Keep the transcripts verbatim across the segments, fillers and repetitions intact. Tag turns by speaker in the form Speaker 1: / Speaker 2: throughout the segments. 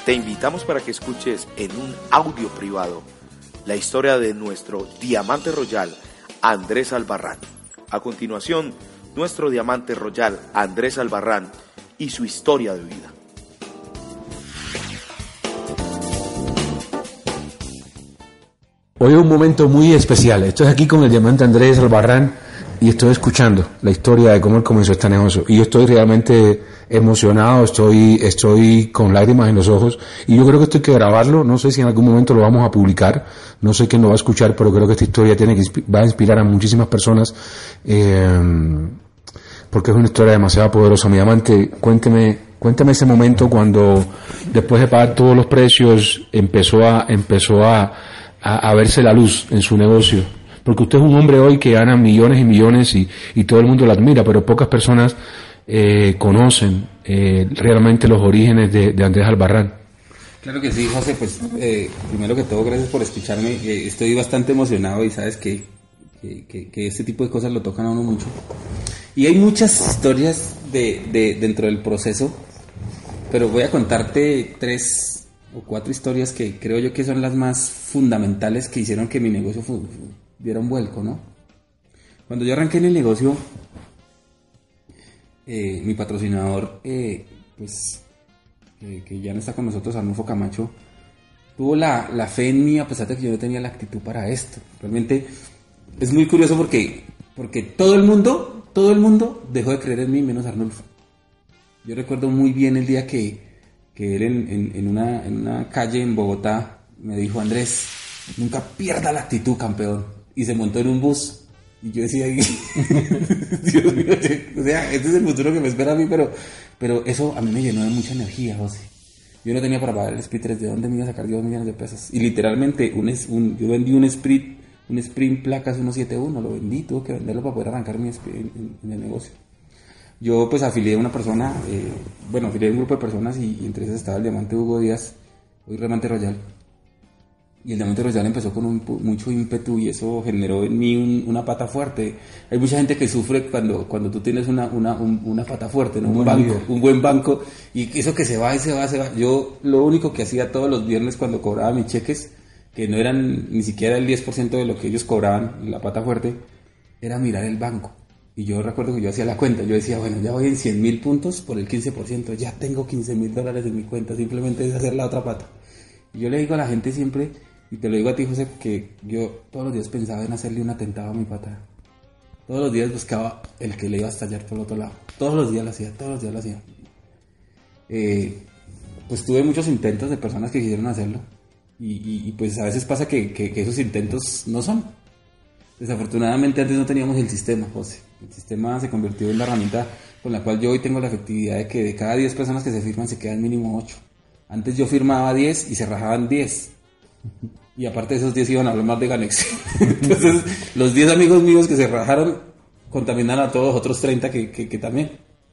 Speaker 1: Te invitamos para que escuches en un audio privado la historia de nuestro Diamante Royal, Andrés Albarrán. A continuación, nuestro Diamante Royal, Andrés Albarrán, y su historia de vida.
Speaker 2: Hoy es un momento muy especial. Estoy aquí con el Diamante Andrés Albarrán y estoy escuchando la historia de cómo él comenzó este negocio. Y yo estoy realmente emocionado, estoy, estoy con lágrimas en los ojos. Y yo creo que esto hay que grabarlo. No sé si en algún momento lo vamos a publicar. No sé quién lo va a escuchar, pero creo que esta historia tiene que, va a inspirar a muchísimas personas. Eh, porque es una historia demasiado poderosa. Mi Diamante, cuénteme, cuéntame ese momento cuando, después de pagar todos los precios, empezó a, empezó a, A, a verse la luz en su negocio, porque usted es un hombre hoy que gana millones y millones y, y todo el mundo lo admira, pero pocas personas eh, conocen eh, realmente los orígenes de, de Andrés Albarrán.
Speaker 3: Claro que sí, José, pues eh, primero que todo gracias por escucharme, eh, estoy bastante emocionado y sabes que, que, que, que este tipo de cosas lo tocan a uno mucho y hay muchas historias de, de, dentro del proceso, pero voy a contarte tres o cuatro historias que creo yo que son las más fundamentales que hicieron que mi negocio fu- fu- diera un vuelco, ¿no? Cuando yo arranqué en el negocio, eh, mi patrocinador, eh, pues, que, que ya no está con nosotros, Arnulfo Camacho, tuvo la, la fe en mí a pesar de que yo no tenía la actitud para esto. Realmente es muy curioso porque, porque todo el mundo, todo el mundo dejó de creer en mí, menos Arnulfo. Yo recuerdo muy bien el día que que él en, en, en, una, en una calle en Bogotá me dijo: Andrés, nunca pierda la actitud, campeón. Y se montó en un bus. Y yo decía, Dios mío, o sea, este es el futuro que me espera a mí, pero, pero eso a mí me llenó de mucha energía, José. Yo no tenía para pagar el Sprint tres, ¿de dónde me iba a sacar dos millones de pesos? Y literalmente, un, un, yo vendí un Sprint, un Sprint placas ciento setenta y uno, lo vendí, tuve que venderlo para poder arrancar mi sprint en, en el negocio. Yo pues afilié a una persona, eh, bueno, afilié a un grupo de personas y, y entre esas estaba el Diamante Hugo Díaz, hoy Diamante Royal. Y el Diamante Royal empezó con un, mucho ímpetu y eso generó en mí un, una pata fuerte. Hay mucha gente que sufre cuando, cuando tú tienes una, una, un, una pata fuerte, ¿no? un, un, banco, un buen banco, y eso que se va y se va, se va. Yo lo único que hacía todos los viernes cuando cobraba mis cheques, que no eran ni siquiera el diez por ciento de lo que ellos cobraban en la pata fuerte, era mirar el banco. Y yo recuerdo que yo hacía la cuenta, yo decía, bueno, ya voy en cien mil puntos por el quince por ciento, ya tengo quince mil dólares en mi cuenta, simplemente es hacer la otra pata. Y yo le digo a la gente siempre, y te lo digo a ti, José, que yo todos los días pensaba en hacerle un atentado a mi pata. Todos los días buscaba el que le iba a estallar por el otro lado. Todos los días lo hacía, todos los días lo hacía. Eh, pues tuve muchos intentos de personas que quisieron hacerlo. Y, y, y pues a veces pasa que, que, que esos intentos no son. Desafortunadamente antes no teníamos el sistema, José. El sistema se convirtió en la herramienta con la cual yo hoy tengo la efectividad de que de cada diez personas que se firman se quedan mínimo ocho. Antes yo firmaba diez y se rajaban diez. Y aparte de esos diez iban a hablar más de Ganex. Entonces los diez amigos míos que se rajaron contaminaron a todos los otros treinta que, que, que también.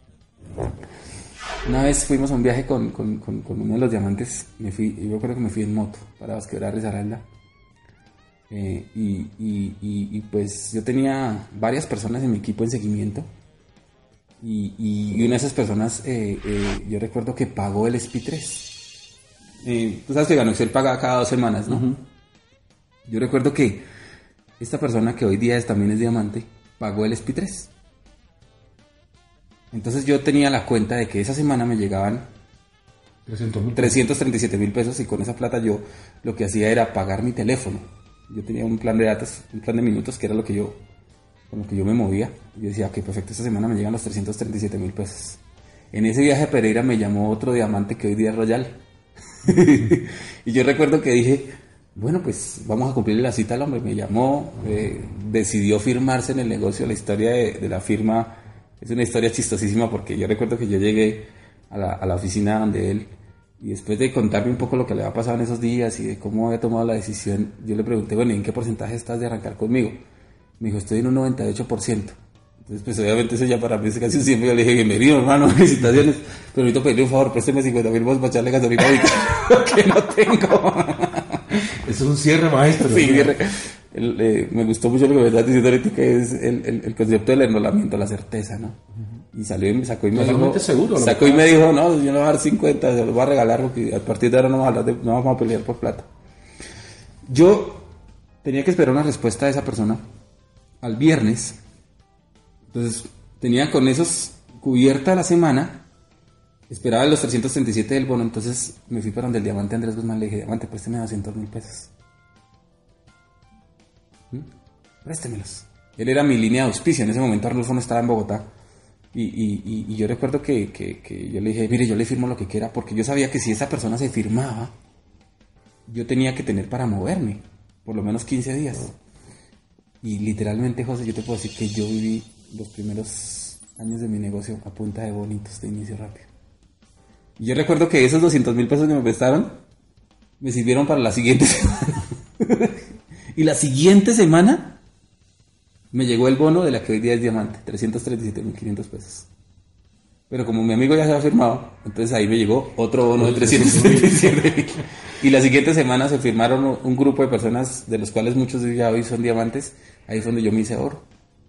Speaker 3: Una vez fuimos a un viaje con, con, con, con uno de los diamantes. Me fui, yo creo que me fui en moto para Vasquebrar de Risaralda. Eh, y, y, y, y pues yo tenía varias personas en mi equipo en seguimiento y, y, y una de esas personas eh, eh, yo recuerdo que pagó el S P tres. Eh, tú sabes que Ganoxel paga cada dos semanas, ¿no? Uh-huh. Yo recuerdo que esta persona que hoy día es, también es diamante, pagó el S P tres. Entonces yo tenía la cuenta de que esa semana me llegaban trescientos treinta y siete mil pesos y con esa plata yo lo que hacía era pagar mi teléfono. Yo tenía un plan de datos, un plan de minutos, que era lo que yo, con lo que yo me movía. Yo decía, ok, perfecto, esta semana me llegan los trescientos treinta y siete mil pesos. En ese viaje a Pereira me llamó otro diamante que hoy día es Royal. Y yo recuerdo que dije, bueno, pues vamos a cumplirle la cita al hombre. Me llamó, eh, decidió firmarse en el negocio. La historia de, de la firma es una historia chistosísima porque yo recuerdo que yo llegué a la, a la oficina donde él, y después de contarme un poco lo que le había pasado en esos días y de cómo había tomado la decisión, yo le pregunté, bueno, ¿en qué porcentaje estás de arrancar conmigo? Me dijo, estoy en un noventa y ocho por ciento. Entonces, pues obviamente eso ya para mí es casi un cien. Yo le dije, bienvenido, hermano, felicitaciones, pero necesito pedirle un favor, présteme cincuenta mil pesos para echarle gasolina que no tengo.
Speaker 2: Eso es un cierre maestro.
Speaker 3: Sí, cierre. El, eh, me gustó mucho lo que me estás diciendo ahorita, que es el, el, el concepto del enrolamiento, la certeza, ¿no? Uh-huh. Y salió y me sacó y me
Speaker 2: Totalmente
Speaker 3: dijo,
Speaker 2: seguro,
Speaker 3: sacó y me dijo, no, yo no voy a dar cincuenta, se los voy a regalar porque a partir de ahora no vamos a, hablar de, no vamos a pelear por plata. Yo tenía que esperar una respuesta de esa persona al viernes. Entonces tenía con esos cubierta la semana, esperaba los trescientos treinta y siete del bono. Entonces me fui para donde el Diamante Andrés Guzmán, le dije, Diamante, présteme doscientos mil pesos. ¿Mm? Préstemelos. Él era mi línea de auspicio, en ese momento Arnulfo no estaba en Bogotá. Y, y, y, y yo recuerdo que, que, que yo le dije, mire, yo le firmo lo que quiera, porque yo sabía que si esa persona se firmaba, yo tenía que tener para moverme, por lo menos quince días. Y literalmente, José, yo te puedo decir que yo viví los primeros años de mi negocio a punta de bonitos de inicio rápido. Y yo recuerdo que esos doscientos mil pesos que me prestaron me sirvieron para la siguiente semana. Y la siguiente semana me llegó el bono de la que hoy día es Diamante, trescientos treinta y siete mil quinientos pesos. Pero como mi amigo ya se había firmado, entonces ahí me llegó otro bono de trescientos treinta y siete mil. Y la siguiente semana se firmaron un grupo de personas, de los cuales muchos ya hoy son diamantes. Ahí fue donde yo me hice oro.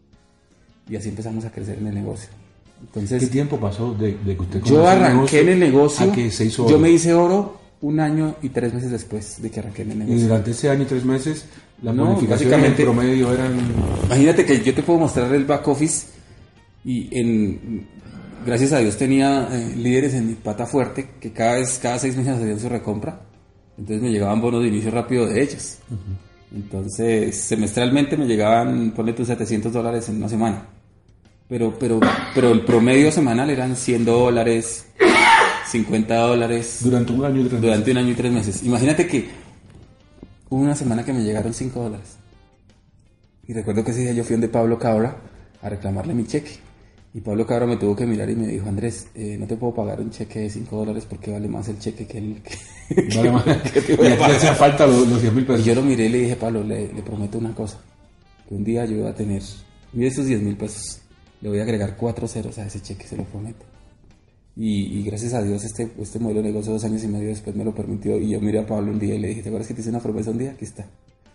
Speaker 3: Y así empezamos a crecer en el negocio. Entonces,
Speaker 2: ¿qué tiempo pasó de, de que usted
Speaker 3: yo arranqué en el negocio,
Speaker 2: a que se hizo oro?
Speaker 3: Yo me hice oro un año y tres meses después de que arranqué en el negocio.
Speaker 2: Y durante ese año y tres meses, las
Speaker 3: No,
Speaker 2: bonificaciones
Speaker 3: básicamente-
Speaker 2: en promedio eran...
Speaker 3: Imagínate que yo te puedo mostrar el back office y en, gracias a Dios tenía eh, líderes en mi pata fuerte que cada vez, cada seis meses hacían su recompra. Entonces me llegaban bonos de inicio rápido de ellos. Uh-huh. Entonces semestralmente me llegaban, ponle tus setecientos dólares en una semana. Pero, pero, pero el promedio semanal eran cien dólares, cincuenta dólares.
Speaker 2: Durante un año y tres
Speaker 3: Durante un año y tres meses. Imagínate que hubo una semana que me llegaron cinco dólares. Y recuerdo que ese día yo fui donde Pablo Cabra a reclamarle mi cheque. Y Pablo Cabra me tuvo que mirar y me dijo, Andrés, eh, no te puedo pagar un cheque de cinco dólares porque vale más el cheque que el... Que,
Speaker 2: Vale más.
Speaker 3: que te
Speaker 2: Y
Speaker 3: voy a
Speaker 2: aquí
Speaker 3: pagar".
Speaker 2: hacía falta los, los diez mil pesos.
Speaker 3: Y yo lo miré y le dije, Pablo, le, le prometo una cosa. Que un día yo voy a tener, mire esos diez mil pesos, le voy a agregar cuatro ceros a ese cheque, se lo prometo. Y, y gracias a Dios este, este modelo de negocio dos años y medio después me lo permitió. Y yo miré a Pablo un día y le dije, ¿te acuerdas que te hice una promesa un día? Aquí está.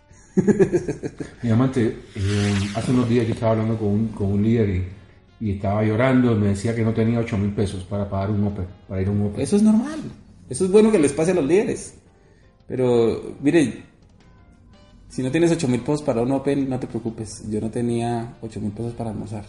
Speaker 2: Mi amante, eh, hace unos días yo estaba hablando con un, con un líder y, y estaba llorando y me decía que no tenía ocho mil pesos para pagar un Open, para ir a un Open.
Speaker 3: Eso es normal. Eso es bueno que les pase a los líderes. Pero, mire, si no tienes ocho mil pesos para un Open, no te preocupes. Yo no tenía ocho mil pesos para almorzar.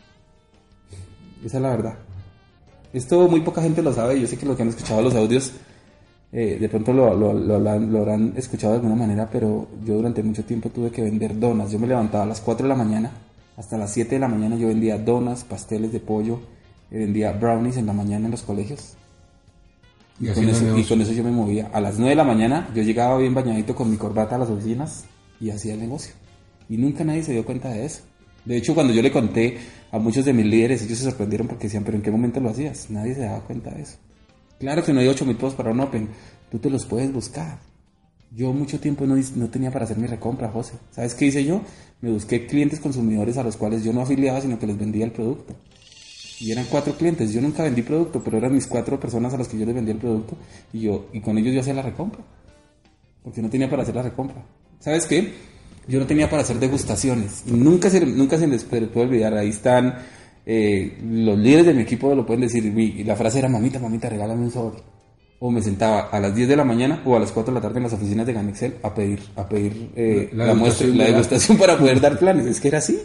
Speaker 3: Esa es la verdad. Esto muy poca gente lo sabe. Yo sé que los que han escuchado los audios eh, de pronto lo, lo, lo, lo, han, lo habrán escuchado de alguna manera, pero yo durante mucho tiempo tuve que vender donas. Yo me levantaba a las cuatro de la mañana, hasta las siete de la mañana yo vendía donas, pasteles de pollo, eh, vendía brownies en la mañana en los colegios. Y,
Speaker 2: Y
Speaker 3: con
Speaker 2: haciendo
Speaker 3: eso, y
Speaker 2: negocio.
Speaker 3: con eso yo me movía. A las nueve de la mañana yo llegaba bien bañadito con mi corbata a las oficinas y hacía el negocio. Y nunca nadie se dio cuenta de eso. De hecho, cuando yo le conté a muchos de mis líderes, ellos se sorprendieron porque decían, ¿pero en qué momento lo hacías? Nadie se daba cuenta de eso. Claro que no hay ocho mil pesos para un Open. Tú te los puedes buscar. Yo mucho tiempo no, no tenía para hacer mi recompra, José. ¿Sabes qué hice yo? Me busqué clientes consumidores a los cuales yo no afiliaba, sino que les vendía el producto. Y eran cuatro clientes. Yo nunca vendí producto, pero eran mis cuatro personas a las que yo les vendía el producto. Y yo y con ellos yo hacía la recompra. Porque no tenía para hacer la recompra. ¿Sabes qué? Yo no tenía para hacer degustaciones. Y nunca se, nunca se les puede olvidar. Ahí están eh, los líderes de mi equipo, lo pueden decir. Mi, la frase era, mamita, mamita, regálame un sobre. O me sentaba a las diez de la mañana o a las cuatro de la tarde en las oficinas de Ganexel a pedir, a pedir eh,
Speaker 2: La
Speaker 3: la, muestra,
Speaker 2: degustación
Speaker 3: la
Speaker 2: de-
Speaker 3: degustación para poder dar planes. Es que era así.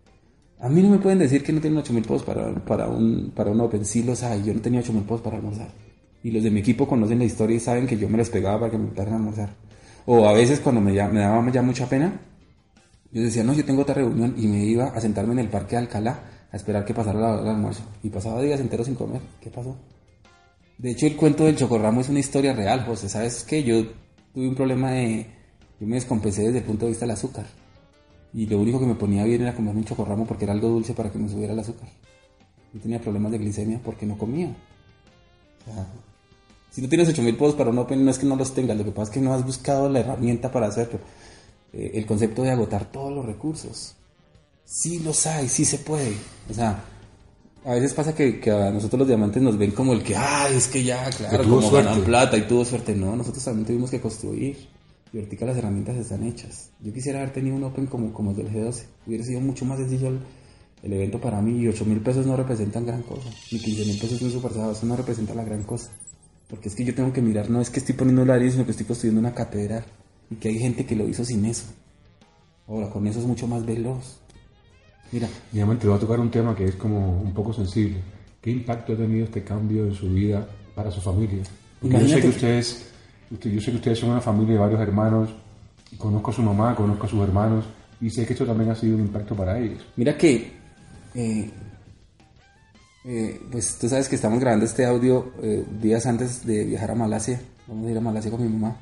Speaker 3: A mí no me pueden decir que no tienen ocho mil pesos para, para, un, para un Open. Sí los hay. Yo no tenía ocho mil pesos para almorzar. Y los de mi equipo conocen la historia y saben que yo me les pegaba para que me invitaran a almorzar. O a veces cuando me, ya- me daba ya mucha pena, yo decía, no, yo tengo otra reunión y me iba a sentarme en el parque de Alcalá a esperar que pasara la hora del almuerzo. Y pasaba días enteros sin comer. ¿Qué pasó? De hecho, el cuento del chocorramo es una historia real, José. ¿Sabes qué? Yo tuve un problema de... Yo me descompensé desde el punto de vista del azúcar. Y lo único que me ponía bien era comerme un chocorramo porque era algo dulce para que me subiera el azúcar. Yo tenía problemas de glicemia porque no comía. O sea, si no tienes ocho mil pesos para un Open, no es que no los tengas. Lo que pasa es que no has buscado la herramienta para hacerlo. Eh, el concepto de agotar todos los recursos. Sí los hay, sí se puede. O sea... A veces pasa que, que a nosotros los diamantes nos ven como el que, ay, es que ya, claro,
Speaker 2: Que tuvo
Speaker 3: como
Speaker 2: suerte.
Speaker 3: ganan plata y tuvo suerte. No, nosotros también tuvimos que construir. Y ahorita las herramientas están hechas. Yo quisiera haber tenido un Open como, como el del G doce. Hubiera sido mucho más sencillo el, el evento para mí, y ocho mil pesos no representan gran cosa, ni quince mil pesos un super sábado, eso no representa la gran cosa. Porque es que yo tengo que mirar, no es que estoy poniendo ladrillos, sino que estoy construyendo una catedral, y que hay gente que lo hizo sin eso. Ahora, con eso es mucho más veloz. Mira.
Speaker 2: Diamante, voy a tocar un tema que es como un poco sensible. ¿Qué impacto ha tenido este cambio en su vida para su familia? Porque yo sé que ustedes, usted, yo sé que ustedes son una familia de varios hermanos, conozco a su mamá, conozco a sus hermanos, y sé que esto también ha sido un impacto para ellos.
Speaker 3: Mira que, eh, eh, pues tú sabes que estamos grabando este audio eh, días antes de viajar a Malasia. Vamos a ir a Malasia con mi mamá.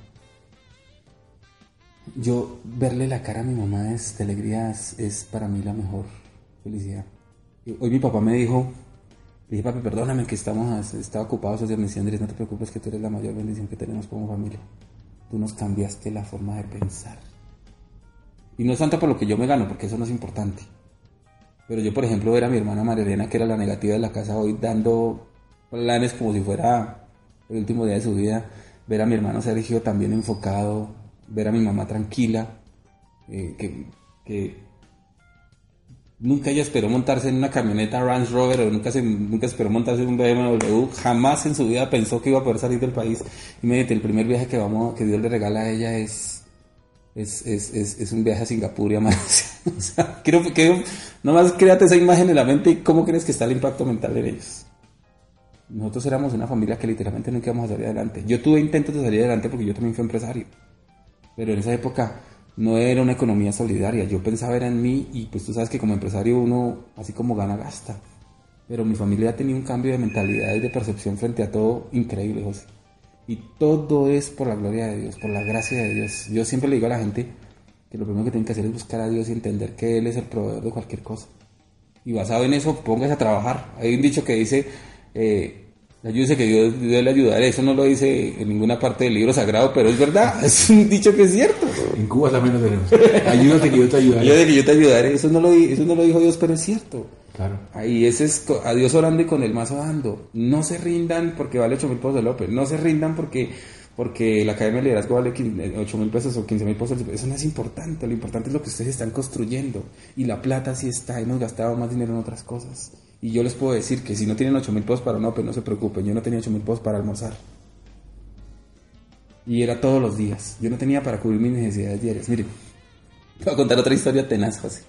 Speaker 3: Yo, verle la cara a mi mamá es, de alegría es, es para mí la mejor felicidad. Hoy mi papá me dijo, le dije, papi, perdóname que estamos, estaba ocupado esos días. Me decía, Andrés, no te preocupes, que tú eres la mayor bendición que tenemos como familia. Tú nos cambiaste la forma de pensar. Y no es tanto por lo que yo me gano, porque eso no es importante. Pero yo, por ejemplo, ver a mi hermana María Elena, que era la negativa de la casa, hoy dando planes como si fuera el último día de su vida. Ver a mi hermano Sergio también enfocado. Ver a mi mamá tranquila. Eh, que, que nunca ella esperó montarse en una camioneta Range Rover, o nunca, se, nunca esperó montarse en un B M W. Jamás en su vida pensó que iba a poder salir del país. Y mediante el primer viaje que, vamos, que Dios le regala a ella es... Es, es, es, es un viaje a Singapur y a Malasia. O sea, quiero que nomás créate esa imagen en la mente y cómo crees que está el impacto mental en ellos. Nosotros éramos una familia que literalmente nunca íbamos a salir adelante. Yo tuve intentos de salir adelante porque yo también fui empresario, pero en esa época no era una economía solidaria. Yo pensaba era en mí, y pues tú sabes que como empresario uno, así como gana, gasta. Pero mi familia tenía un cambio de mentalidad y de percepción frente a todo increíble, José. Y todo es por la gloria de Dios, por la gracia de Dios. Yo siempre le digo a la gente que lo primero que tienen que hacer es buscar a Dios y entender que Él es el proveedor de cualquier cosa. Y basado en eso, póngase a trabajar. Hay un dicho que dice, eh, ayúdese que Dios, Dios le ayudará. Eso no lo dice en ninguna parte del libro sagrado, pero es verdad. Es un dicho que es cierto.
Speaker 2: En Cuba también lo tenemos. Ayúdate que yo te ayudaré.
Speaker 3: Ayúdate que yo te ayudaré. Eso no lo, eso no lo dijo Dios, pero es cierto.
Speaker 2: Claro.
Speaker 3: Ahí ese es a Dios orando y con el mazo dando. No se rindan porque vale ocho mil pesos de López. No se rindan porque, porque la Academia de Liderazgo vale ocho mil pesos o quince mil pesos. Eso no es importante. Lo importante es lo que ustedes están construyendo. Y la plata sí está. Hemos gastado más dinero en otras cosas. Y yo les puedo decir que si no tienen ocho mil pesos para un Open, no se preocupen. Yo no tenía ocho mil pesos para almorzar. Y era todos los días. Yo no tenía para cubrir mis necesidades diarias. Miren, voy a contar otra historia tenaz, José.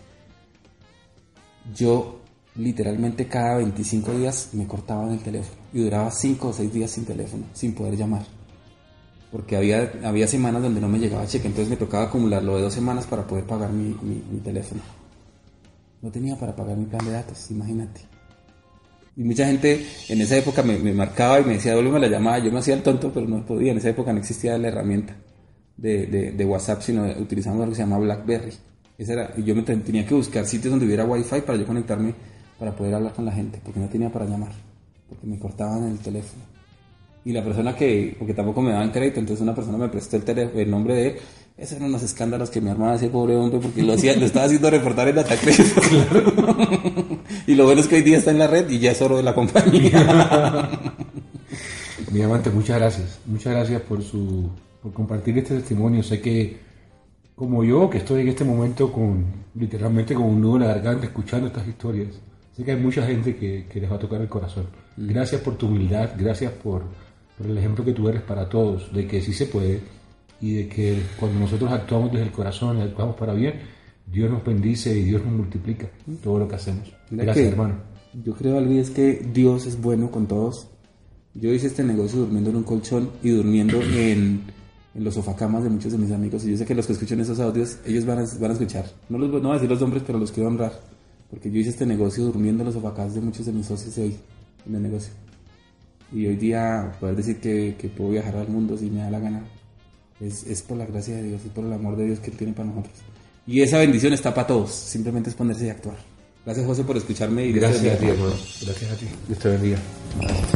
Speaker 3: Yo literalmente cada veinticinco días me cortaban el teléfono y duraba cinco o seis días sin teléfono, sin poder llamar, porque había, había semanas donde no me llegaba cheque, entonces me tocaba acumularlo de dos semanas para poder pagar mi, mi, mi teléfono. No tenía para pagar mi plan de datos, imagínate. Y mucha gente en esa época me, me marcaba y me decía, devuélveme la llamada. Yo me hacía el tonto, pero no podía. En esa época no existía la herramienta de, de, de WhatsApp, sino utilizamos algo que se llama BlackBerry. Esa era, y yo me tenía que buscar sitios donde hubiera Wi-Fi para yo conectarme, para poder hablar con la gente, porque no tenía para llamar, porque me cortaban el teléfono. Y la persona que, porque tampoco me daban crédito, entonces una persona me prestó el, teléfono, el nombre de él. Esos eran unos escándalos que me armaba ese pobre hombre, porque lo hacía, lo estaba haciendo reportar en Datacrédito. Claro. Y lo bueno es que hoy día está en la red y ya es oro de la compañía.
Speaker 2: Mi amante, muchas gracias. Muchas gracias por su por compartir este testimonio. Sé que, como yo, que estoy en este momento con literalmente con un nudo en la garganta escuchando estas historias, sé que hay mucha gente que, que les va a tocar el corazón. Gracias por tu humildad, gracias por, por el ejemplo que tú eres para todos, de que sí se puede y de que cuando nosotros actuamos desde el corazón y actuamos para bien, Dios nos bendice y Dios nos multiplica todo lo que hacemos.
Speaker 3: Mira,
Speaker 2: gracias,
Speaker 3: que
Speaker 2: hermano.
Speaker 3: Yo creo, Albi, es que Dios es bueno con todos. Yo hice este negocio durmiendo en un colchón y durmiendo en, en los sofacamas de muchos de mis amigos, y yo sé que los que escuchen esos audios, ellos van a, van a escuchar. No, los, no voy a decir los nombres, pero los quiero honrar, porque yo hice este negocio durmiendo en los sofacamas de muchos de mis socios de hoy en el negocio. Y hoy día poder decir que, que puedo viajar al mundo si me da la gana, es, es por la gracia de Dios y por el amor de Dios que Él tiene para nosotros. Y esa bendición está para todos, simplemente es ponerse y actuar. Gracias, José, por escucharme. Y
Speaker 2: gracias a ti, hermano. Gracias a ti. Dios te bendiga.